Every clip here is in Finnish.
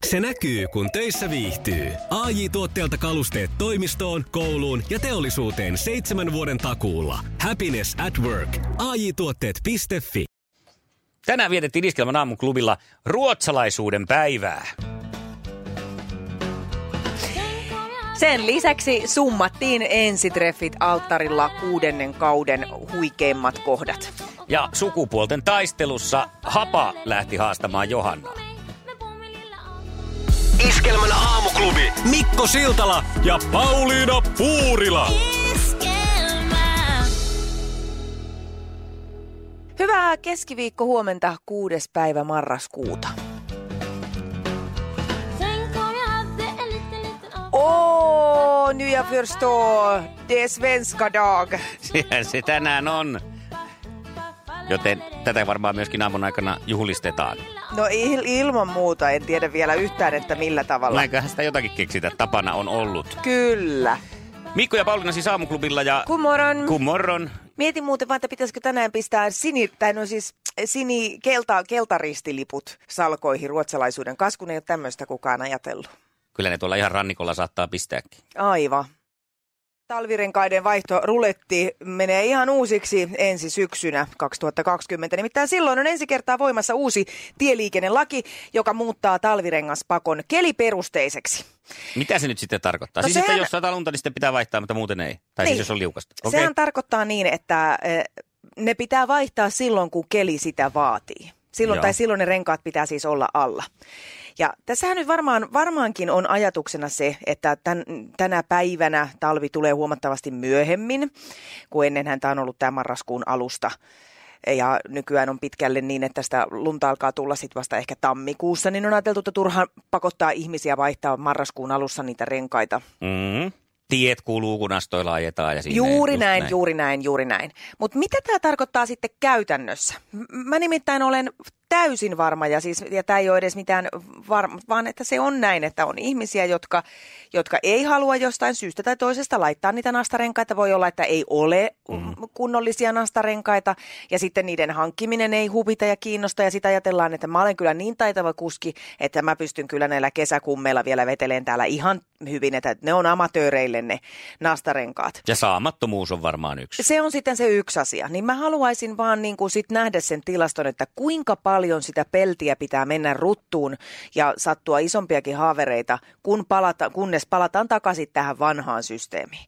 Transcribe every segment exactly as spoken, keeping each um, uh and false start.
Se näkyy, kun töissä viihtyy. A J-tuotteelta kalusteet toimistoon, kouluun ja teollisuuteen seitsemän vuoden takuulla. Happiness at work. A J tuotteet piste fi. Tänään vietettiin Iskelmän aamuklubilla ruotsalaisuuden päivää. Sen lisäksi summattiin ensitreffit alttarilla kuudennen kauden huikeimmat kohdat. Ja sukupuolten taistelussa Hapa lähti haastamaan Johannaa. Iskelmän aamuklubi Mikko Siltala ja Pauliina Puurila. Iskelmä. Hyvää keskiviikko huomenta kuudes päivä marraskuuta. Åh, nu jag förstår. Det är svenska dag. Sehän se tänään on. Joten tätä varmaan myöskin aamun aikana juhlistetaan. No il- ilman muuta, en tiedä vielä yhtään, että millä tavalla. Näinköhän sitä jotakin keksitä, tapana on ollut. Kyllä. Mikko ja Pauliina siis aamuklubilla ja... Kumorron. Kumorron. Mietin muuten vaan, että pitäisikö tänään pistää sini, tai no siis sini, kelta, keltaristiliput salkoihin ruotsalaisuuden kanssa, kun ei ole tämmöistä kukaan ajatellut. Kyllä ne tuolla ihan rannikolla saattaa pistääkin. Aivan. Talvirenkaiden vaihto ruletti menee ihan uusiksi ensi syksynä kaksituhattakaksikymmentä. Nimittäin silloin on ensi kertaa voimassa uusi tieliikennelaki, joka muuttaa talvirengaspakon keliperusteiseksi. Mitä se nyt sitten tarkoittaa? No siis sehän... että jos sataa lunta, niin sitten pitää vaihtaa, mutta muuten ei. Tai niin. Siis jos on liukasta. Okay. Sehän tarkoittaa niin, että ne pitää vaihtaa silloin, kun keli sitä vaatii. Silloin, tai silloin ne renkaat pitää siis olla alla. Ja tässähän nyt varmaan, varmaankin on ajatuksena se, että tän, tänä päivänä talvi tulee huomattavasti myöhemmin, kun ennenhän tämä on ollut tämä marraskuun alusta. Ja nykyään on pitkälle niin, että sitä lunta alkaa tulla sitten vasta ehkä tammikuussa, niin on ajateltu, että turhaan pakottaa ihmisiä vaihtaa marraskuun alussa niitä renkaita. Mm. Tiet kuuluu, kun astoilla ajetaan. Ja juuri näin, näin, juuri näin, juuri näin. Mutta mitä tämä tarkoittaa sitten käytännössä? Mä nimittäin olen täysin varma, ja, siis, ja tämä ei ole edes mitään varma, vaan että se on näin, että on ihmisiä, jotka, jotka ei halua jostain syystä tai toisesta laittaa niitä nastarenkaita. Voi olla, että ei ole mm. kunnollisia nastarenkaita, ja sitten niiden hankkiminen ei huvita ja kiinnosta, ja sitten ajatellaan, että mä olen kyllä niin taitava kuski, että mä pystyn kyllä näillä kesäkummeilla vielä veteleen täällä ihan hyvin, että ne on amatööreille ne nastarenkaat. Ja saamattomuus on varmaan yksi. Se on sitten se yksi asia. Niin mä haluaisin vaan niin kuin sit nähdä sen tilaston, että kuinka paljon sitä peltiä pitää mennä ruttuun ja sattua isompiakin haavereita, kun palata, kunnes palataan takaisin tähän vanhaan systeemiin.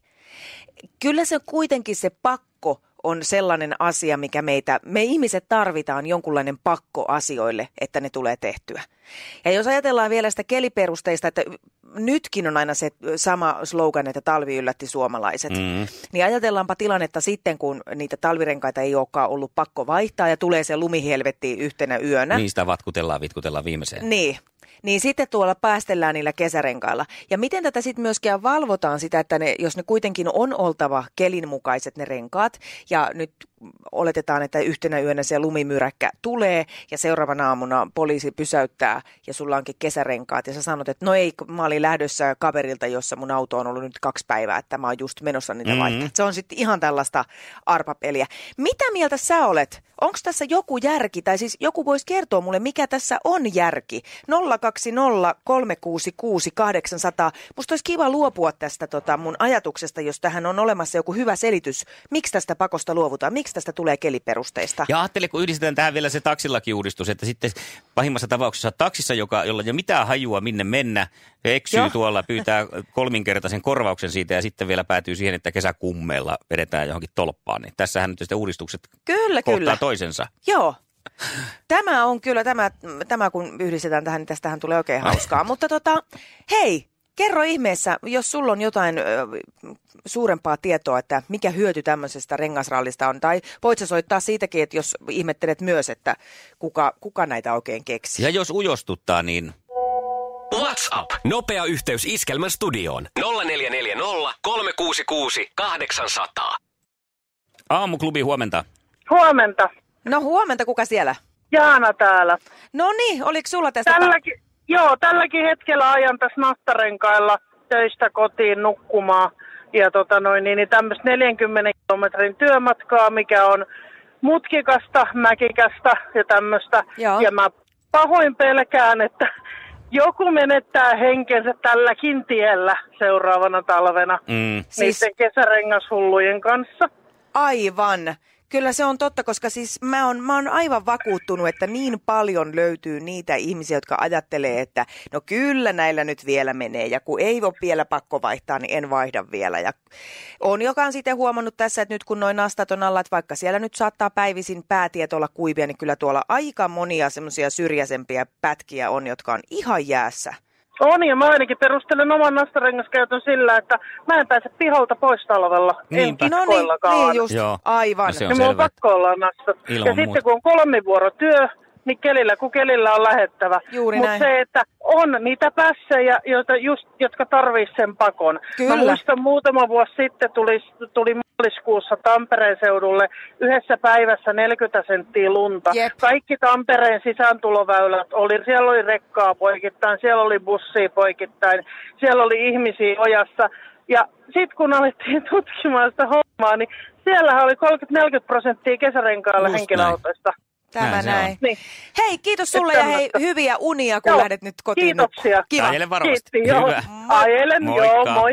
Kyllä se kuitenkin se pakko on sellainen asia, mikä meitä, me ihmiset tarvitaan jonkunlainen pakko asioille, että ne tulee tehtyä. Ja jos ajatellaan vielä sitä keliperusteista, että nytkin on aina se sama slogan, että talvi yllätti suomalaiset, mm. niin ajatellaanpa tilannetta sitten, kun niitä talvirenkaita ei olekaan ollut pakko vaihtaa ja tulee se lumihelvetti yhtenä yönä. Niistä vatkutellaan, vitkutellaan viimeiseen. Niin. Niin sitten tuolla päästellään niillä kesärenkailla. Ja miten tätä sitten myöskään valvotaan sitä, että ne, jos ne kuitenkin on oltava kelinmukaiset ne renkaat, ja nyt oletetaan, että yhtenä yönä se lumimyräkkä tulee, ja seuraavana aamuna poliisi pysäyttää, ja sulla onkin kesärenkaat, ja sä sanot, että no ei, mä olin lähdössä kaverilta, jossa mun auto on ollut nyt kaksi päivää, että mä oon just menossa niitä mm-hmm. vaihtaa. Se on sitten ihan tällaista arpapeliä. Mitä mieltä sä olet? Onko tässä joku järki, tai siis joku voisi kertoa mulle, mikä tässä on järki? nolla kaksi nolla kolme kuusi kuusi kahdeksan nolla nolla. Musta olisi kiva luopua tästä tota, mun ajatuksesta, jos tähän on olemassa joku hyvä selitys. Miksi tästä pakosta luovutaan? Miksi tästä tulee keliperusteista? Ja ajattele, kun yhdistetään tähän vielä se taksilakiuudistus, että sitten pahimmassa tapauksessa taksissa, joka, jolla ei ole mitään hajua minne mennä, eksyy Joo. tuolla, pyytää kolminkertaisen korvauksen siitä ja sitten vielä päätyy siihen, että kesäkummeilla vedetään johonkin tolppaan. Niin tässähän nyt sitten uudistukset kyllä, kohtaa kyllä. toisensa. Joo. Tämä on kyllä, tämä, tämä kun yhdistetään tähän, niin tästähän tulee oikein hauskaa. Mutta tota, hei, kerro ihmeessä, jos sulla on jotain ö, suurempaa tietoa, että mikä hyöty tämmöisestä rengasrallista on. Tai voit sä soittaa siitäkin, että jos ihmettelet myös, että kuka, kuka näitä oikein keksi. Ja jos ujostuttaa, niin... WhatsApp. Nopea yhteys Iskelmän studioon. nolla neljä neljä nolla kolme kuusi kuusi kahdeksan nolla nolla. Aamuklubi, huomenta. Huomenta. No huomenta, kuka siellä? Jaana täällä. No niin, oliko sulla tästä... Tälläkin, ta- joo, tälläkin hetkellä ajan tässä nastarenkailla töistä kotiin nukkumaan. Ja tota noin, niin, niin tämmöistä neljänkymmenen kilometrin työmatkaa, mikä on mutkikasta, mäkikästä ja tämmöistä. Joo. Ja mä pahoin pelkään, että joku menettää henkensä tälläkin tiellä seuraavana talvena Mm. Siis- niiden kesärengashullujen kanssa. Aivan. Kyllä se on totta, koska siis mä oon, mä oon aivan vakuuttunut, että niin paljon löytyy niitä ihmisiä, jotka ajattelee, että no kyllä näillä nyt vielä menee ja kun ei ole vielä pakko vaihtaa, niin en vaihda vielä. Ja on joka sitten huomannut tässä, että nyt kun noin nastat on alla, että vaikka siellä nyt saattaa päivisin päätiet olla kuivia, niin kyllä tuolla aika monia semmoisia syrjäisempiä pätkiä on, jotka on ihan jäässä. On, ja mä ainakin perustelen oman nastarengaskäytön sillä, että mä en pääse pihalta pois talvella. Niinpä. En No niin, kitkoillakaan. niin just, Joo. aivan. No se on Ja mulla on selvä. pakko olla nastat. Ilman Ja sitten muuta. kun on kolmivuorotyö, niin kelillä kun kelillä on lähettävä. Juuri Mutta näin. se, että on niitä pässejä, joita just, jotka tarvitsee sen pakon. Kyllä. Mä muistan muutama vuosi sitten tuli, tuli maaliskuussa Tampereen seudulle yhdessä päivässä neljäkymmentä senttiä lunta. Jep. Kaikki Tampereen sisääntuloväylät oli, siellä oli rekkaa poikittain, siellä oli bussia poikittain, siellä oli ihmisiä ojassa. Ja sitten kun alettiin tutkimaan sitä hommaa, niin siellähän oli kolmekymmentä neljäkymmentä prosenttia kesärenkailla Just henkilöautoista. Tämä Näin se näin. on. Niin. Hei, kiitos sulle ja hei, hyviä unia, kun Joo. lähdet nyt kotiin. Kiitoksia. nukkumaan. Kiva. Ajele varovasti. Kiitti, joo. Hyvä. Ajelen, Moikka. joo, moi.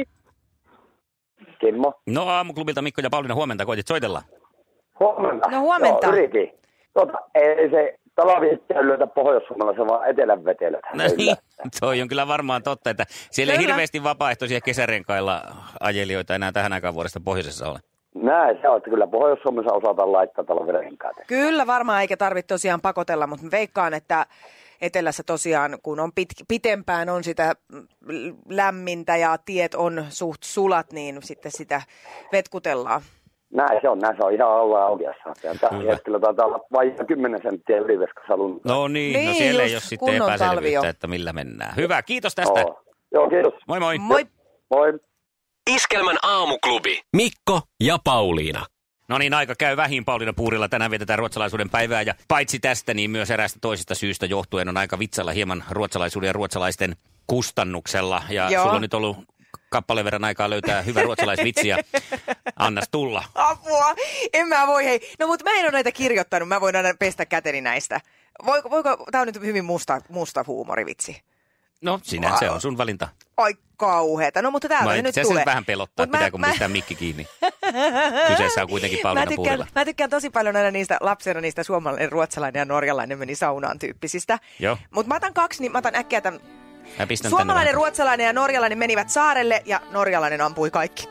Kimmo. No Aamuklubilta Mikko ja Pauliina, huomenta. Koitit soitella? Huomenta. No huomenta. Joo, yritin. Tota, ei se talaviittelyitä pohjois-suomalaisen, vaan etelän vetelöt. No niin, toi on kyllä varmaan totta, että siellä ei Kyllä. hirveästi vapaaehtoisia kesärenkailla ajelijoita enää tähän aikaan vuodesta pohjoisessa ole. Näin se on, että kyllä Pohjois-Suomessa osataan laittaa talvirenkaat. Kyllä varmaan, eikä tarvitse tosiaan pakotella, mutta mä veikkaan, että etelässä tosiaan, kun on pit, pitempään on sitä lämmintä ja tiet on suht sulat, niin sitten sitä vetkutellaan. Näin se on, näin se on ihan ollaan oikeassa. Ja tällä Hyvä. hetkellä taitaa olla vain kymmenen senttiä yliveskassa lunta. No niin, Niin no siellä ei just, ole sitten kunnon talvi jo. epäselvyyttä, että millä mennään. Hyvä, kiitos tästä. Joo. Joo, kiitos. Moi moi. Moi! Moi. Iskelmän aamuklubi. Mikko ja Pauliina. No niin, aika käy vähin Pauliina Puurilla. Tänään vietetään ruotsalaisuuden päivää ja paitsi tästä, niin myös eräästä toisesta syystä johtuen on aika vitsalla hieman ruotsalaisuuden ja ruotsalaisten kustannuksella. Ja Joo. sulla on nyt ollut kappaleen verran aikaa löytää hyvä ruotsalaisvitsi ja annas tulla. Apua! En mä voi, hei. No mutta mä en ole näitä kirjoittanut, mä voin aina pestä käteni näistä. Voiko, voiko, tää on nyt hyvin musta, musta huumorivitsi. No, sinä se on sun valinta. Ai kauheeta. No mutta täältä Mä se nyt itse tulee. asiassa vähän pelottaa, Mut että mä- pitääkö mä- pistää mikki kiinni. Kyseessä on kuitenkin Mä Pauliina tykkään, Puurilla. mä tykkään tosi paljon aina niistä lapsena niistä suomalainen, ruotsalainen ja norjalainen meni saunaan tyyppisistä. Joo. Mutta mä otan kaksi, niin mä otan äkkiä tämän. Mä pistän Suomalainen, tänne ruotsalainen ja norjalainen menivät saarelle ja norjalainen ampui kaikki.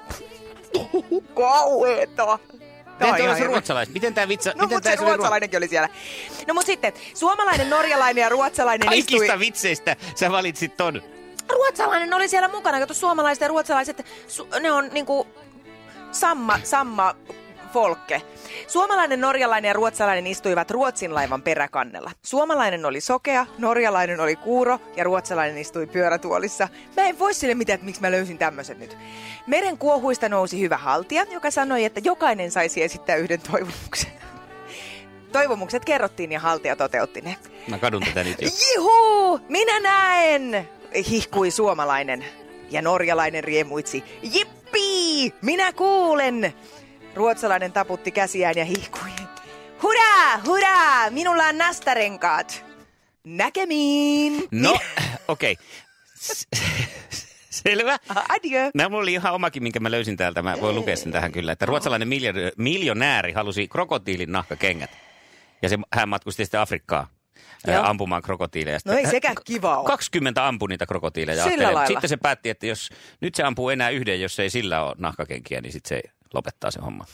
Kauheeta. Miten ihan toi olisi hirveä. ruotsalaiset? Miten tää vitsa... No miten mutta tää se se oli ruo- ruotsalainenkin oli siellä. No mutta sitten, suomalainen, norjalainen ja ruotsalainen istui... Kaikista vitseistä sä valitsit ton. Ruotsalainen oli siellä mukana. Kato, suomalaiset ja ruotsalaiset, su, ne on niinku samma, samma folke. Suomalainen, norjalainen ja ruotsalainen istuivat Ruotsin laivan peräkannella. Suomalainen oli sokea, norjalainen oli kuuro ja ruotsalainen istui pyörätuolissa. Mä en voi sille mitään, että miksi mä löysin tämmöisen nyt. Meren kuohuista nousi hyvä haltija, joka sanoi, että jokainen saisi esittää yhden toivomuksen. Toivomukset kerrottiin ja haltija toteutti ne. Mä kadun tätä nyt jo. Juhu! Minä näen! Hihkui suomalainen. Ja norjalainen riemuitsi. Jippii! Minä kuulen! Ruotsalainen taputti käsiään ja hihkui. Hurraa! Hurraa! Minulla on nastarenkaat. Näkemiin! No, okei. Okay. Selvä. Adieu! Nämä mulla oli ihan omakin, minkä mä löysin täältä. Mä voin lukea sen tähän kyllä. Että ruotsalainen miljo- miljonääri halusi krokotiilin nahkakengät. Ja se, hän matkusti sitten Afrikkaan Joo. ää, ampumaan krokotiileja. No ei sekään kiva ole. kaksikymmentä ampui niitä krokotiileja. Sillä Ahteelle. lailla. Sitten se päätti, että jos nyt se ampuu enää yhden, jos ei sillä ole nahkakenkiä, niin sitten se lopettaa se homma.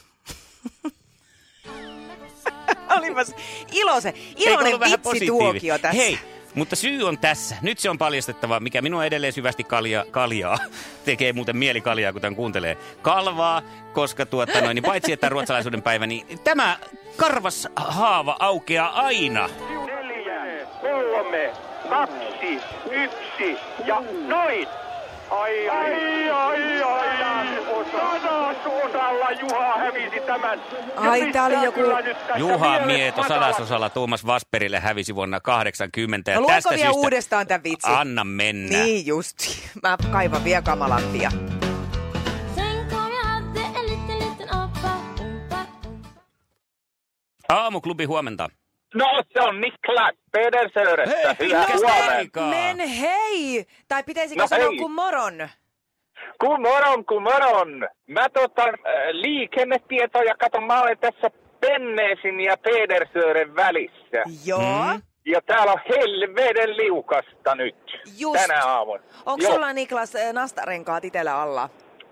Olipas ilo se. Eikö Iloinen ollut vähän vitsituokio positiivinen? tässä. Hei, mutta syy on tässä. Nyt se on paljastettava, mikä minua edelleen syvästi kalja, kaljaa. Tekee muuten mieli kaljaa, kun tämän kuuntelee. Kalvaa, koska tuota noin, niin paitsi että ruotsalaisuuden päivä, niin tämä karvas haava aukeaa aina. Neljä, kolme, kaksi, yksi ja noin! Ai, ai, ai, ai, sadasosalla Juha hävisi tämän. Ai, tää oli joku- Juha Mieto sadasosalla Tuomas Vasperille hävisi vuonna kahdeksankymmentä. Ja No luenko tästä vielä syystä uudestaan tämän vitsin? anna mennä. Niin just. Mä kaivan vielä kamalampia. Sen kom jag hade en liten, liten apa. Umpa, umpa. Aamuklubi, huomenta. No, se on Niklas Pedersörestä. Hei, Hyvää pitkästä huomenta. aikaa. Men hei! Tai pitäisikö No sanoa hei. kuin moron? Kun moron, kun moron. Mä tota äh, liikennetietoja katon, mä olen tässä Pennesin ja Pedersören välissä. Joo. Mm. Ja täällä on helveden liukasta nyt. Just. Tänä aamuna. Onko Joo. sulla, Niklas, eh, nastarenkaat itellä alla?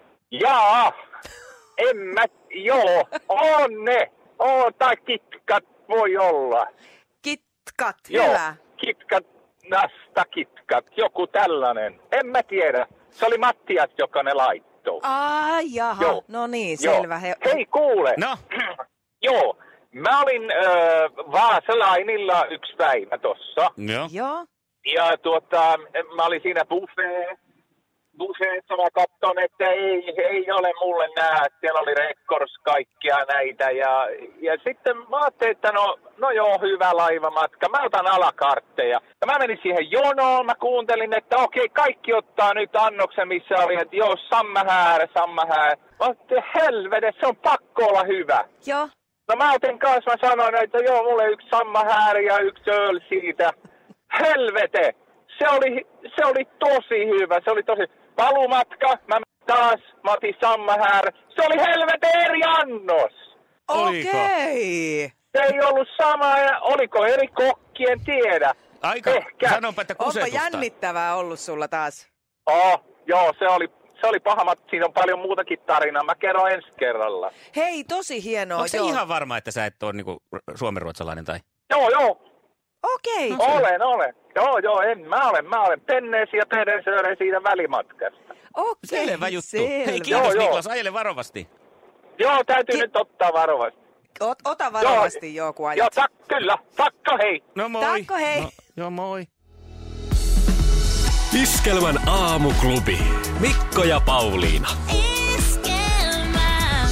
Jaa, en mä, joo, on ne. Oo, tai kitkat voi olla. Kitkat, Joo, hyvä. kitkat, nasta kitkat, joku tällainen. En mä tiedä. Se oli Mattias, joka ne laittoi. Ai jaha, Joo. no niin, Joo. selvä. He... Hei, kuule. No. Joo, mä olin äh, Vaasalainilla yksi päivä tossa. Joo. Joo. Ja tuota, mä olin siinä buffet, buffeessa mä katson, että ei, ei ole mulle nää. Siellä oli Rekkors kaikkia näitä. Ja, ja sitten mä ajattelin, että no, no joo, hyvä laivamatka. Mä otan alakartteja. Ja mä menin siihen jonoon, mä kuuntelin, että okei, kaikki ottaa nyt annoksen, missä oli, että joo, samma här, samma här. Mä ajattelin, helvede, se on pakko olla hyvä. Joo. No mä otin kanssa, mä sanoin, että joo, mulle yksi samma här ja yksi öl siitä. Helvete! Se oli, se oli tosi hyvä, se oli tosi... Palumatka, mä taas, mä otin samma här. Se oli helvete eri annos! Oliko? Okei. Se ei ollut sama, ja oliko eri kokki, en tiedä. Aika, Ehkä. sanonpa, että Onpa kusetusta. jännittävää ollut sulla taas? Oh, joo, se oli, se oli paha, mutta siinä on paljon muutakin tarinaa. Mä kerron ensi kerralla. Hei, tosi hienoa. Onko se joo. ihan varma, että sä et ole niinku suomenruotsalainen tai? Joo, joo, Okei. olen, olen. Joo, joo, en, mä olen, mä olen Penneesi ja Pedersören siitä välimatkasta. Okei, Selvä juttu. selvä. Hei, kiitos Joo, joo. Niklas, ajele varovasti. Joo, täytyy Ki- nyt ottaa varovasti. Ot, ota varovasti joo, kun ajat. Joo, tak, kyllä, takka hei. No moi. Taikko, hei. No, joo, moi. Iskelmän aamuklubi. Mikko ja Pauliina. Iskelmää.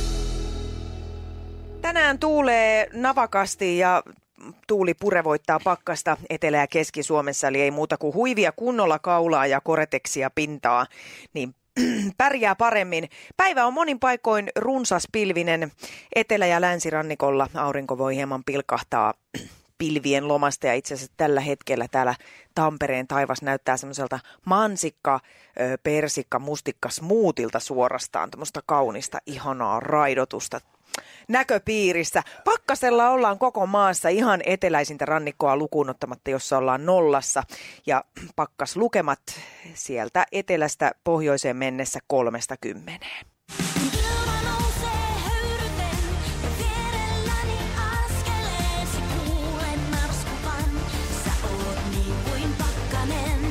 Tänään tuulee navakasti ja tuuli purevoittaa pakkasta Etelä- ja Keski-Suomessa, eli ei muuta kuin huivia kunnolla kaulaa ja koreteksia pintaa, niin pärjää paremmin. Päivä on monin paikoin runsaspilvinen. Etelä- ja länsirannikolla aurinko voi hieman pilkahtaa pilvien lomasta, ja itse asiassa tällä hetkellä täällä Tampereen taivas näyttää semmoiselta mansikka, ö, persikka, mustikka smoothielta suorastaan, tämmöistä kaunista, ihanaa raidotusta näköpiirissä. Pakkasella ollaan koko maassa ihan eteläisintä rannikkoa lukuun ottamatta, jossa ollaan nollassa. Ja pakkaslukemat sieltä etelästä pohjoiseen mennessä kolmesta kymmeneen. Ilma nousee höyryten ja vierelläni askeleesi kuulen narskuvan. Sä oot niin kuin pakkanen.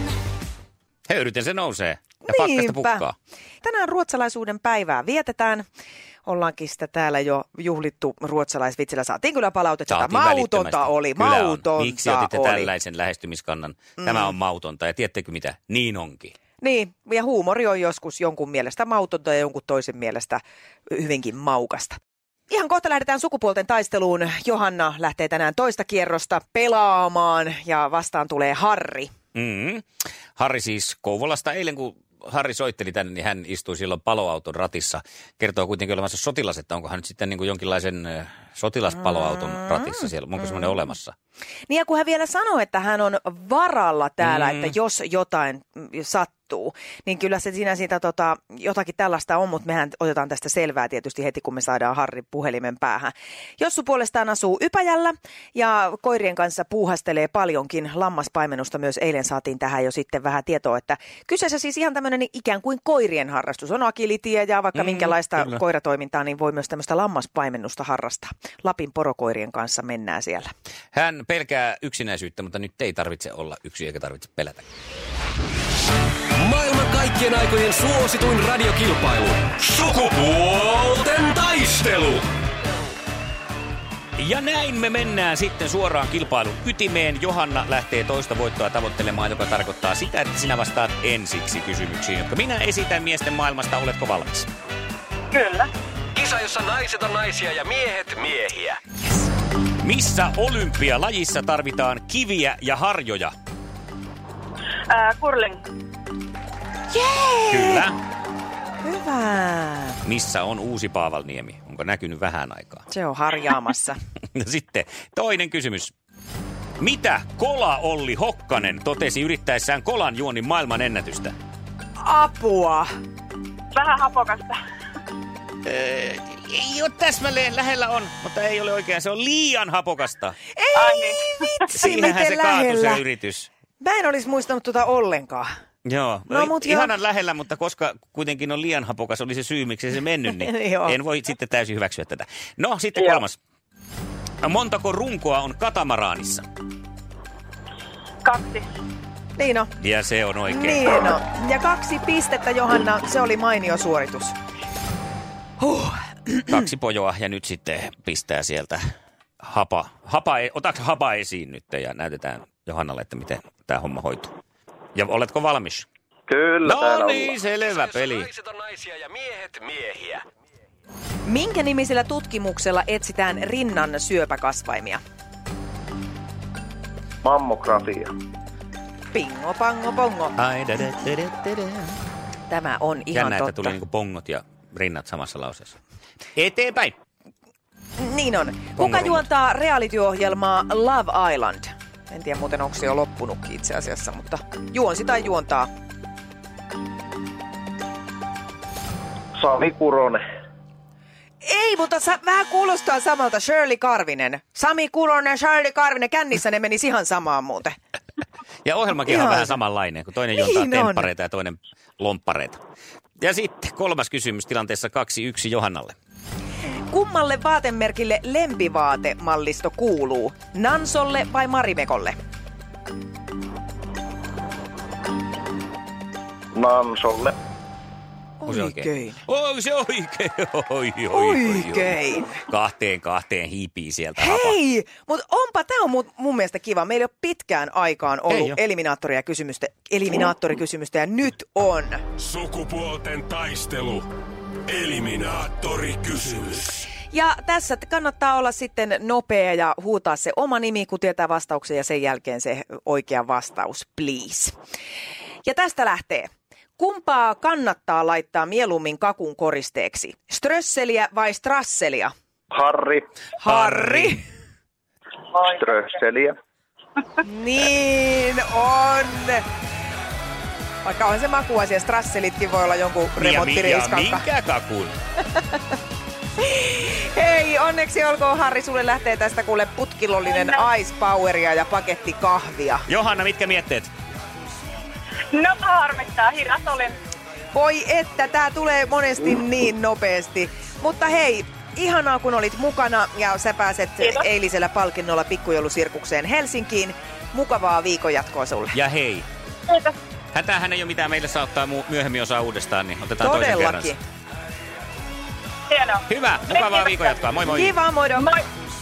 Höyryten se nousee ja pakkasta pukkaa. Tänään ruotsalaisuuden päivää vietetään. Ollaankin sitä täällä jo juhlittu ruotsalaisvitsillä. Saatiin kyllä palautetta. Saatiin Mautonta välittömästi. oli, Kyllä on. mautonta Miksi otitte oli. tällaisen lähestymiskannan? Tämä on mautonta ja tiedättekö mitä? Niin onkin. Niin, ja huumori on joskus jonkun mielestä mautonta ja jonkun toisen mielestä hyvinkin maukasta. Ihan kohta lähdetään sukupuolten taisteluun. Johanna lähtee tänään toista kierrosta pelaamaan ja vastaan tulee Harri. Mm-hmm. Harri siis Kouvolasta. Eilen kun Harri soitteli tänne, niin hän istui silloin paloauton ratissa. Kertoo kuitenkin olevansa sotilas, että onko hän nyt sitten niin kuin jonkinlaisen äh, sotilaspaloauton ratissa siellä. Onko semmoinen olemassa? Niin ja kun hän vielä sanoi, että hän on varalla täällä, Mm. että jos jotain mm, sattuu, niin kyllä se siinä siitä tota, jotakin tällaista on, mutta mehän otetaan tästä selvää tietysti heti, kun me saadaan Harri puhelimen päähän. Jossu puolestaan asuu Ypäjällä ja koirien kanssa puuhastelee paljonkin lammaspaimennusta. Myös eilen saatiin tähän jo sitten vähän tietoa, että kyseessä siis ihan tämmöinen ikään kuin koirien harrastus. On agilitia ja vaikka Mm, minkälaista kyllä. koiratoimintaa, niin voi myös tämmöistä lammaspaimennusta harrastaa. Lapin porokoirien kanssa mennään siellä. Hän pelkää yksinäisyyttä, mutta nyt ei tarvitse olla yksin eikä tarvitse pelätä. Maailman kaikkien aikojen suosituin radiokilpailu. Sukupuolten taistelu. Ja näin me mennään sitten suoraan kilpailun ytimeen. Johanna lähtee toista voittoa tavoittelemaan, joka tarkoittaa sitä, että sinä vastaat ensiksi kysymyksiin, jotka minä esitän miesten maailmasta. Oletko valmis? Kyllä. Kisa, jossa naiset on naisia ja miehet miehiä. Missä olympialajissa tarvitaan kiviä ja harjoja? Ää, curling. Jee! Kyllä. Hyvä. Missä on Uusi Paavalniemi? Onko näkynyt vähän aikaa? Se on harjaamassa. No sitten toinen kysymys. Mitä Kola-Olli Hokkanen totesi yrittäessään kolan juonnin maailman ennätystä? Apua. Vähän hapokasta. Öö, ei ole täsmälleen, lähellä on, mutta ei ole oikein. Se on liian hapokasta. Ei vitsi, Siinähän se miten kaatui lähellä. se yritys. Mä en olisi muistanut tuota ollenkaan. Joo, No, mut ihanan joo. lähellä, mutta koska kuitenkin on liian hapokas, oli se syy, miksi se mennyt, niin Joo. en voi sitten täysin hyväksyä tätä. No, sitten Joo. kolmas. Montako runkoa on katamaraanissa? Kaksi. Niin on. Ja se on oikein. Niin on. Ja kaksi pistettä, Johanna. Se oli mainio suoritus. Huh. Kaksi pojoa ja nyt sitten pistää sieltä hapa. hapa Otaks hapa esiin nyt ja näytetään Johannalle, että miten tämä homma hoituu. Ja oletko valmis? Kyllä, täällä No ollaan. niin, selvä peli. Naiset on naisia ja miehet miehiä. Minkä nimisellä tutkimuksella etsitään rinnan syöpäkasvaimia? Mammografia. Pingo, pango, pongo. Ai, da, da, da, da, da. Tämä on ihan Jännä, että totta. tuli niinku pongot ja rinnat samassa lauseessa. Eteenpäin. Niin on. Kuka Pongorummut. juontaa reality-ohjelmaa Love Island? En tiedä muuten, onko se jo loppunutkin itse asiassa, mutta juonsi tai juontaa. Sami Kuronen. Ei, mutta sa- vähän kuulostaa samalta. Shirley Karvinen. Sami Kuronen, Shirley Karvinen. Kännissä ne menisi ihan samaan muuten. Ja ohjelmakin on Ihan. vähän samanlainen, kun toinen juontaa Niin on. temppareita ja toinen lomppareita. Ja sitten kolmas kysymys tilanteessa kaksi yksi Johannalle. Kummalle vaatemerkille lempivaatemallisto kuuluu? Nansolle vai Marimekolle? Nansolle. On se oikein? Oikein. Oi se oikein. Oi, oi, oi, oi. Oikein. Kahteen kahteen hiipii sieltä hapa. Hei, mutta onpa tämä on mun, mun mielestä kiva. Meillä ei ole pitkään aikaan Ei ollut oo. eliminaattoria kysymystä, eliminaattorikysymystä ja nyt on. Sukupuolten taistelu. Eliminaattorikysymys. Ja tässä kannattaa olla sitten nopea ja huutaa se oma nimi, kun tietää vastauksen ja sen jälkeen se oikea vastaus, please. Ja tästä lähtee. Kumpaa kannattaa laittaa mieluummin kakun koristeeksi? Strösseliä vai strasselia? Harri. Harri. Strösseliä. Niin on. Vaikka on se makuasia, strasselitkin voi olla jonkun Ja, mi- ja remonttireiskalta. minkä kakun? Hei, onneksi olkoon Harri, sulle lähtee tästä kuule putkilollinen ice poweria ja paketti kahvia. Johanna, mitkä mietteet? No harmittaa, hidas olin. Voi että, tää tulee monesti niin nopeasti. Mutta hei, ihanaa kun olit mukana ja sä pääset Kiitos. eilisellä palkinnolla pikkujoulusirkukseen Helsinkiin. Mukavaa viikon jatkoa sulle. Ja hei, Kiitos. hätähän ei ole mitään meille saa ottaa mu- myöhemmin osaa uudestaan, niin otetaan toisen kerran. Todellakin. Hienoa. Hyvä, mukavaa viikon jatkoa. Moi moi. Kiva, moido. Moi.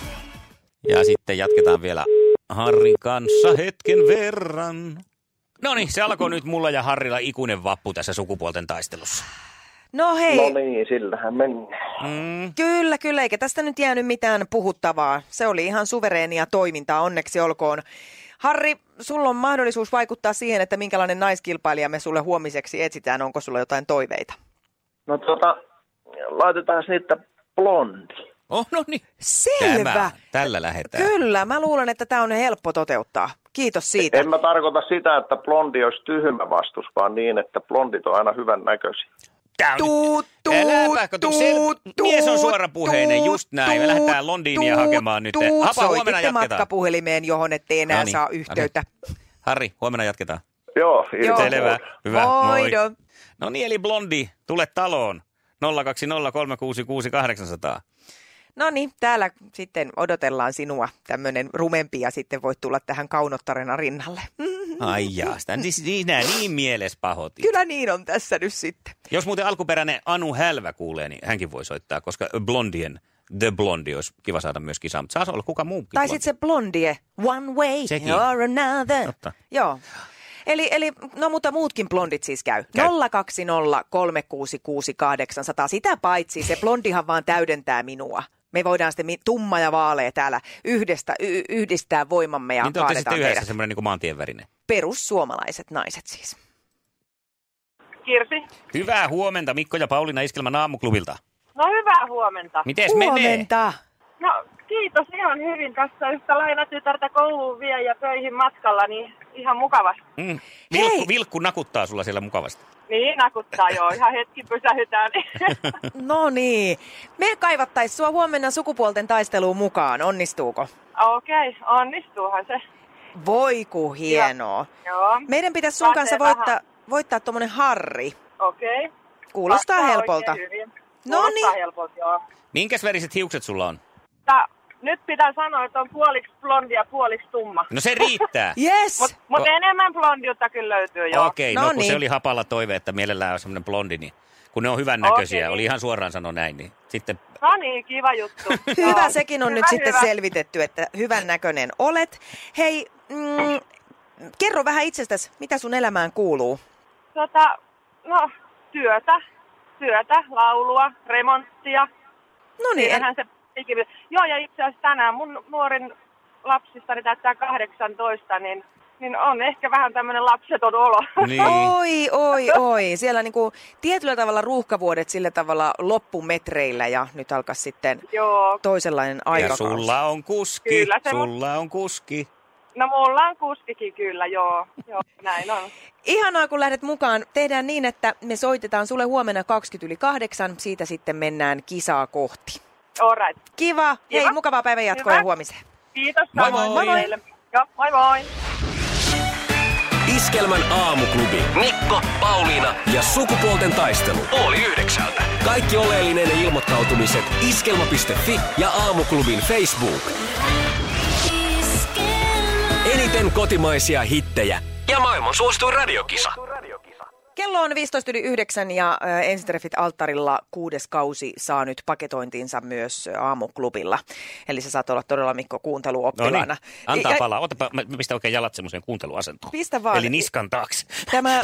Ja sitten jatketaan vielä Harrin kanssa hetken verran. No niin, se alkoi nyt mulla ja Harrilla ikuinen vappu tässä sukupuolten taistelussa. No hei, No niin, sillähän mennään. Mm. kyllä, kyllä, eikä tästä nyt jäänyt mitään puhuttavaa. Se oli ihan suvereenia toimintaa, onneksi olkoon. Harri, sulla on mahdollisuus vaikuttaa siihen, että minkälainen naiskilpailija me sulle huomiseksi etsitään. Onko sulla jotain toiveita? No tota, laitetaan siitä blondi. Oh, no niin. Selvä. Tämä, tällä lähdetään. Kyllä, mä luulen, että tämä on helppo toteuttaa. Kiitos siitä. En mä tarkoita sitä, että blondi olisi tyhmä vastus, vaan niin, että blondit on aina hyvän näköisiä. Tää on Tuut, nyt... tuut, Äläpä, kato, tuut, sel... Mies on tuut, suorapuheinen, tuut, just näin. Me tuut, lähdetään Londiinia tuut, hakemaan nyt. tuut. Hapa, huomenna Soititte jatketaan. matkapuhelimeen, johon ette enää No niin, saa okei. yhteyttä. Harri, huomenna jatketaan. Joo, Joo. ilman Selvä. muuta. Hyvä, moi. Moido. No niin, eli blondi, tule taloon. nolla kaksi nolla kolme kuusi kuusi kahdeksan nolla nolla. No niin, täällä sitten odotellaan sinua. Tämmöinen rumempi ja sitten voit tulla tähän kaunottarena rinnalle. Ai jaa, sitä niin, sinä niin mieles pahoitit. Kyllä niin on tässä nyt sitten. Jos muuten alkuperäinen Anu Hälvä kuulee, niin hänkin voi soittaa, koska Blondien The Blondie olisi kiva saada myös kisaan. Mutta saisi olla kuka muukin. Tai blondi. sitten se blondie, one way Sekin. or another. Totta. Joo. Eli, eli, no mutta muutkin blondit siis käy. Käy. nolla kaksi nolla kolme kuusi kuusi kahdeksan nolla nolla. Sitä paitsi se blondihan vaan täydentää minua. Me voidaan sitten mi- tumma ja vaalea täällä yhdestä, y- yhdistää voimamme ja Niin te olette sitten kaadetaan yhdessä teidät. semmoinen niin kuin maantienvärinen. Perussuomalaiset naiset siis. Kirsi. Hyvää huomenta Mikko ja Pauliina Iskelmän aamuklubilta. No hyvää huomenta. Mites menee? Huomenta. No kiitos ihan hyvin. Tässä yhtä lainatytärtä kouluun vie ja töihin matkalla, niin ihan mukavasti. Mm. Vilkku, vilkku nakuttaa sulla siellä mukavasti. Niin, nakuttaa joo. Ihan hetki pysähytään. No niin. Me kaivattaisiin sua huomenna sukupuolten taisteluun mukaan. Onnistuuko? Okei, okay, onnistuuhan se. Voi ku hienoa. Joo. Meidän pitäisi sun kanssa voittaa, voittaa tommonen Harri. Okei. Okay. Kuulostaa Vastaa helpolta. No niin. Helpolta, joo. Minkäs väriset hiukset sulla on? Tää, nyt pitää sanoa, että on puoliksi blondi ja puoliksi tumma. No se riittää. Yes. Mutta mut enemmän blondiutta kyllä löytyy, joo. Okei, okay, no, no kun niin. Se oli Hapalla toive, että mielellään on semmoinen blondi, niin kun ne on hyvän näköisiä, okay. Oli ihan suoraan sano näin, niin sitten... No niin, kiva juttu. Hyvä, no, sekin on hyvä, nyt hyvä. Sitten selvitetty, että hyvän näköinen olet. Hei, mm, kerro vähän itsestäsi, mitä sun elämään kuuluu? Tota, no, työtä, työtä, laulua, remonttia. No niin. En... se ikivi... Joo, ja itse asiassa tänään mun nuorin lapsistani täyttää kahdeksantoista, niin... Niin on ehkä vähän tämmöinen lapseton olo. Niin. Oi, oi, oi. Siellä niinku tietyllä tavalla ruuhkavuodet sillä tavalla loppumetreillä ja nyt alkaa sitten Joo. toisenlainen aikakausi. Ja sulla on kuski, kyllä, sulla on kuski. No mulla on kuskikin kyllä, joo. joo näin on. Ihanaa, kun lähdet mukaan. Tehdään niin, että me soitetaan sulle huomenna kaksikymmentä yli kahdeksan. Siitä sitten mennään kisaa kohti. All right. Kiva. Kiva. Hei, mukavaa päivän jatkoa ja huomiseen. Kiitos. Moi moi. moi, moi. Joo, moi moi. Iskelmän aamuklubi. Mikko, Pauliina ja sukupuolten taistelu. Oli yhdeksältä. Kaikki oleellinen ilmoittautumiset iskelma piste fi ja aamuklubin Facebook. Iskelma. Eniten kotimaisia hittejä ja maailman suosituin radiokisa. Kello on viisitoista yli yhdeksän ja äh, Ensitreffit alttarilla kuudes kausi saa nyt paketointiinsa myös aamuklubilla. Eli sä saat olla todella, Mikko, kuunteluoppilaana. No niin. Antaa palaa. Otapa, mä pistän oikein jalat semmoiseen kuunteluasentoon. Pistä vaan. Eli niskan taakse. Tämä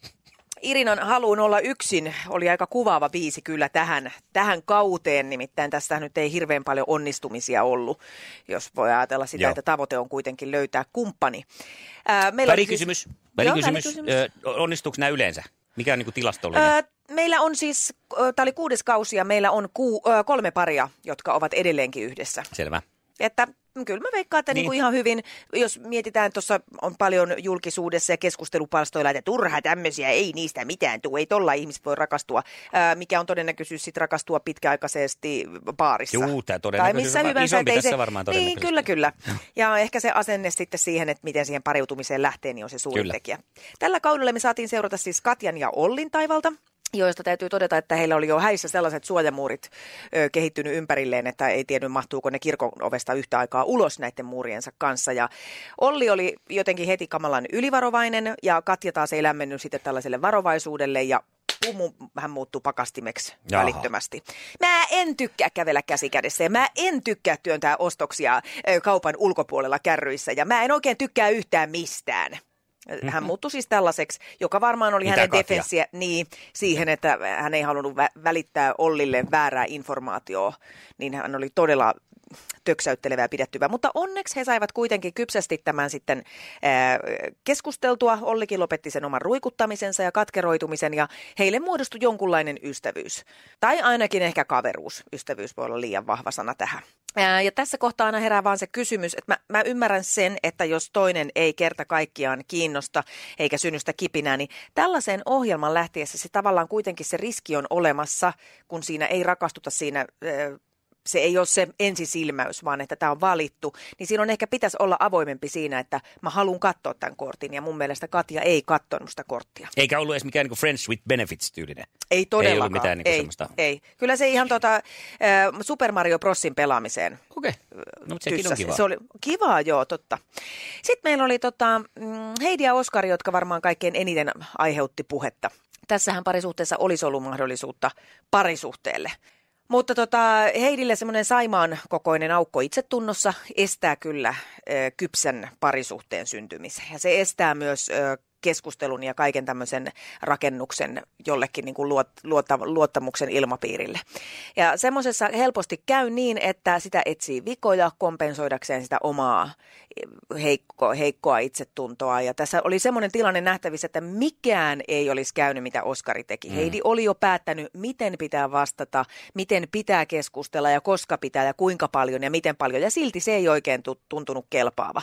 Irinan Haluun olla yksin oli aika kuvaava biisi kyllä tähän, tähän kauteen. Nimittäin tässä nyt ei hirveän paljon onnistumisia ollut, jos voi ajatella sitä, Joo. että tavoite on kuitenkin löytää kumppani. Ää, Värikysymys. Siis... Värikysymys. Ö, onnistuuko nämä yleensä? Mikä on niin kuin tilastollinen? Öö, meillä on siis, tämä oli kuudes kausi ja meillä on ku, ö, kolme paria, jotka ovat edelleenkin yhdessä. Selvä. Että kyllä mä veikkaan, että niin. Niin kuin ihan hyvin, jos mietitään, tuossa on paljon julkisuudessa ja keskustelupalstoilla, että turha tämmöisiä, ei niistä mitään tule, ei tolla ihmiset voi rakastua, ää, mikä on todennäköisyys sitten rakastua pitkäaikaisesti baarissa. Juu, tämä todennäköisyys on hyvänsä, isompi tässä se, varmaan todennäköisesti. Niin, kyllä, kyllä. Ja ehkä se asenne sitten siihen, että miten siihen pariutumiseen lähtee, niin on se suurin kyllä. tekijä. Tällä kaudella me saatiin seurata siis Katjan ja Ollin taivalta, joista täytyy todeta, että heillä oli jo häissä sellaiset suojamuurit ö, kehittynyt ympärilleen, että ei tiennyt mahtuuko ne kirkon ovesta yhtä aikaa ulos näiden muuriensa kanssa. Ja Olli oli jotenkin heti kamalan ylivarovainen ja Katja taas ei lämmennyt sitten tällaiselle varovaisuudelle ja pumu, hän muuttui pakastimeksi Jaha. välittömästi. Mä en tykkää kävellä käsi kädessä ja mä en tykkää työntää ostoksia ö, kaupan ulkopuolella kärryissä ja mä en oikein tykkää yhtään mistään. Hän muuttui siis tällaiseksi, joka varmaan oli Mitä hänen Katja? defenssiä niin, siihen, että hän ei halunnut vä- välittää Ollille väärää informaatiota, niin hän oli todella töksäyttelevä ja pidettyvä. Mutta onneksi he saivat kuitenkin kypsästi tämän sitten ää, keskusteltua. Ollikin lopetti sen oman ruikuttamisensa ja katkeroitumisen ja heille muodostui jonkunlainen ystävyys. Tai ainakin ehkä kaveruus. Ystävyys voi olla liian vahva sana tähän. Ää, ja tässä kohtaa aina herää vaan se kysymys, että mä, mä ymmärrän sen, että jos toinen ei kerta kaikkiaan kiinnosta eikä synny sitä kipinää, niin tällaiseen ohjelman lähtiessä se tavallaan kuitenkin se riski on olemassa, kun siinä ei rakastuta siinä... Ää, se ei ole se ensisilmäys, vaan että tämä on valittu, niin siinä on ehkä pitäisi olla avoimempi siinä, että mä haluan katsoa tämän kortin, ja mun mielestä Katja ei katsonut sitä korttia. Eikä ollut edes mikään niin kuin Friends with Benefits-tyylinen. Ei todellakaan. Ei ollut mitään niin kuin ei, semmoista. Ei, kyllä se ihan tota, äh, Super Mario Brosin pelaamiseen. Okei, okay. No mutta sekin on kivaa. Se oli kivaa, joo, totta. Sitten meillä oli tota, Heidi ja Oskari, jotka varmaan kaikkein eniten aiheutti puhetta. Tässähän parisuhteessa olisi ollut mahdollisuutta parisuhteelle. Mutta tota, Heidille semmoinen Saimaan kokoinen aukko itsetunnossa estää kyllä ö, kypsän parisuhteen syntymisen. Ja se estää myös ö, keskustelun ja kaiken tämmöisen rakennuksen jollekin niin kuin luot, luotta, luottamuksen ilmapiirille. Ja semmoisessa helposti käy niin, että sitä etsii vikoja kompensoidakseen sitä omaa heikko, heikkoa itsetuntoa. Ja tässä oli semmoinen tilanne nähtävissä, että mikään ei olisi käynyt, mitä Oskari teki. Mm. Heidi oli jo päättänyt, miten pitää vastata, miten pitää keskustella ja koska pitää ja kuinka paljon ja miten paljon. Ja silti se ei oikein tuntunut kelpaava.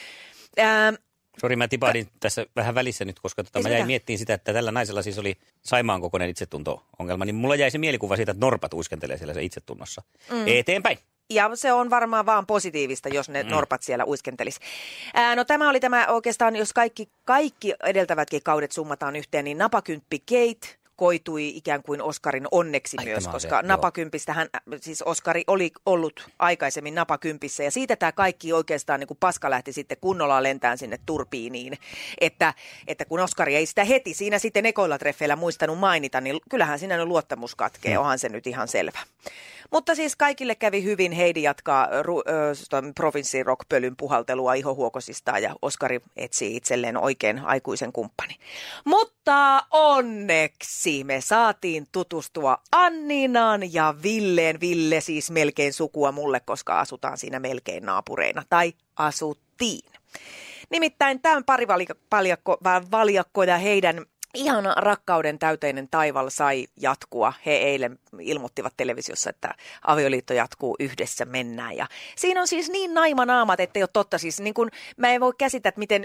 Ää, Sori, mä tipahdin Ka- tässä vähän välissä nyt, koska tota, mä jäin miettimään sitä, että tällä naisella siis oli Saimaan kokoinen itsetunto-ongelma, niin mulla jäi se mielikuva siitä, että norpat uiskentelee siellä se itsetunnossa. Mm. Eteenpäin. Ja se on varmaan vaan positiivista, jos ne mm. norpat siellä uiskentelis. Ää, no tämä oli tämä oikeastaan, jos kaikki, kaikki edeltävätkin kaudet summataan yhteen, niin napakymppi Kate koitui ikään kuin Oskarin onneksi Ai, myös, koska se, napakympistähän, siis Oskari oli ollut aikaisemmin napakympissä ja siitä tämä kaikki oikeastaan niin kuin paska lähti sitten kunnolla lentään sinne turbiiniin, että, että kun Oskari ei sitä heti siinä sitten ekoilla treffeillä muistanut mainita, niin kyllähän siinä nyt luottamus katkee, onhan se nyt ihan selvä. Mutta siis kaikille kävi hyvin. Heidi jatkaa ru- provinssirockpölyn puhaltelua ihohuokosistaan ja Oskari etsii itselleen oikein aikuisen kumppani. Mutta onneksi me saatiin tutustua Anninaan ja Villeen. Ville siis melkein sukua mulle, koska asutaan siinä melkein naapureina. Tai asuttiin. Nimittäin tämän parivaljakko valjakko ja heidän ihana rakkauden täyteinen taival sai jatkua. He eilen ilmoittivat televisiossa, että avioliitto jatkuu, yhdessä mennään. Ja siinä on siis niin naimanaamat, että ei ole totta. Siis niin kun, mä en voi käsittää, että miten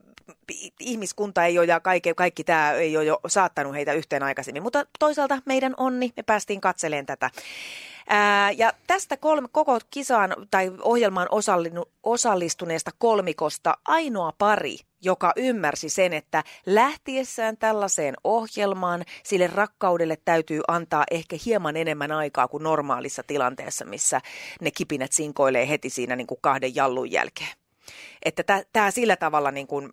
ihmiskunta ei ole ja kaikki, kaikki tämä ei ole jo saattanut heitä yhteen aikaisemmin. Mutta toisaalta meidän onni, me päästiin katseleen tätä. Ää, ja tästä kolme, koko kisaan tai ohjelmaan osallistuneesta kolmikosta ainoa pari, joka ymmärsi sen, että lähtiessään tällaiseen ohjelmaan sille rakkaudelle täytyy antaa ehkä hieman enemmän aikaa kuin normaalissa tilanteessa, missä ne kipinät sinkoilee heti siinä niin kuin kahden jallun jälkeen. Että tämä sillä tavalla niin kuin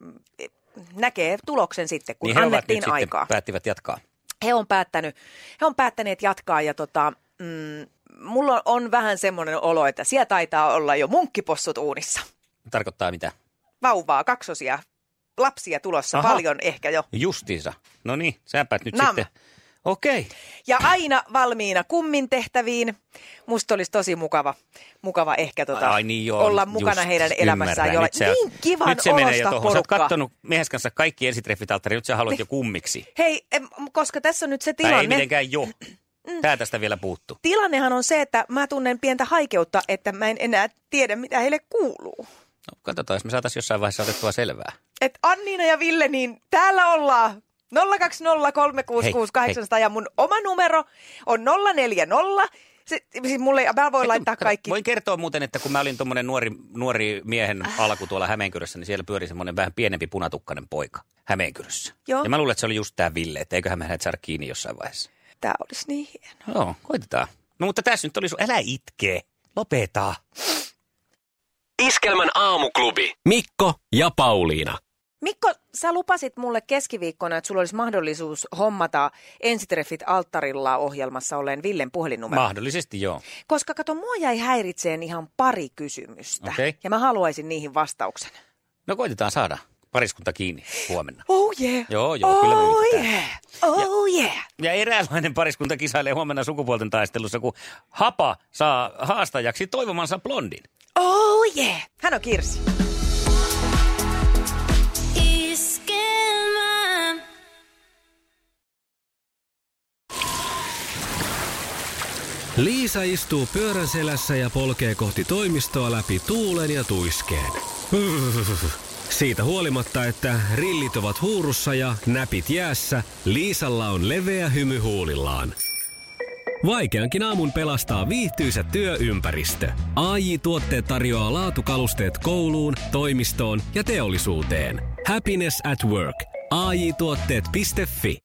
näkee tuloksen sitten, kun niin annettiin aikaa. Päättivät jatkaa. He on, päättänyt, he on päättäneet jatkaa ja tota, mm, mulla on vähän semmoinen olo, että siellä taitaa olla jo munkkipossut uunissa. Tarkoittaa mitä? Vauvaa, kaksosia, lapsia tulossa. Aha. Paljon ehkä jo. Justiinsa. No niin, säpäät nyt Nam. sitten. Okei. Okay. Ja aina valmiina kummin tehtäviin. Musta olisi tosi mukava, mukava ehkä tota, Ai niin joo, olla mukana heidän elämässään. Jolla, se, niin kivan nyt se menee jo olosta tuohon. Sä oot porukka. kattonut mies kanssa kaikki ensitreffit alttari, nyt sä haluat jo kummiksi. Hei, em, koska tässä on nyt se tilanne. Tai ei mitenkään jo. Tää tästä vielä puuttuu. Tilannehan on se, että mä tunnen pientä haikeutta, että mä en enää tiedä, mitä heille kuuluu. No katsotaan, jos me saataisiin jossain vaiheessa otettua selvää. Et Anniina ja Ville, niin täällä ollaan. nolla kaksi nolla kolme kuusi kuusi kahdeksan nolla nolla ja mun oma numero on nolla neljä nolla. Se, siis mulle, mä voin laittaa kaikki. Voin kertoa muuten, että kun mä olin tommonen nuori, nuori miehen alku tuolla Hämeenkyrössä, niin siellä pyöri semmoinen vähän pienempi punatukkainen poika Hämeenkyrössä. Joo. Ja mä luulen, että se oli just tää Ville, että eiköhän me hänet saada kiinni jossain vaiheessa. Tää olisi niin hienoa. Joo, koitetaan. No mutta tässä nyt oli sun, älä itkee, lopeta. Iskelmän aamuklubi. Mikko ja Pauliina. Mikko, sä lupasit mulle keskiviikkona, että sulla olisi mahdollisuus hommata ensitreffit alttarilla ohjelmassa olleen Villen puhelinnumero. Mahdollisesti joo. Koska kato, mua jäi häiritseen ihan pari kysymystä. Okay. Ja mä haluaisin niihin vastauksen. No koitetaan saada pariskunta kiinni huomenna. Oh yeah. Joo, joo, oh kyllä me yritetään. yeah. Oh ja, yeah. Ja eräänlainen pariskunta kisailee huomenna sukupuolten taistelussa, kun Hapa saa haastajaksi toivomansa blondin. Oh yeah. Hän on Kirsi. Liisa istuu pyörän selässä ja polkee kohti toimistoa läpi tuulen ja tuiskeen. Siitä huolimatta, että rillit ovat huurussa ja näpit jäässä, Liisalla on leveä hymy huulillaan. Vaikeankin aamun pelastaa viihtyisä työympäristö. A J-tuotteet tarjoaa laatukalusteet kouluun, toimistoon ja teollisuuteen. Happiness at work. A J tuotteet piste fi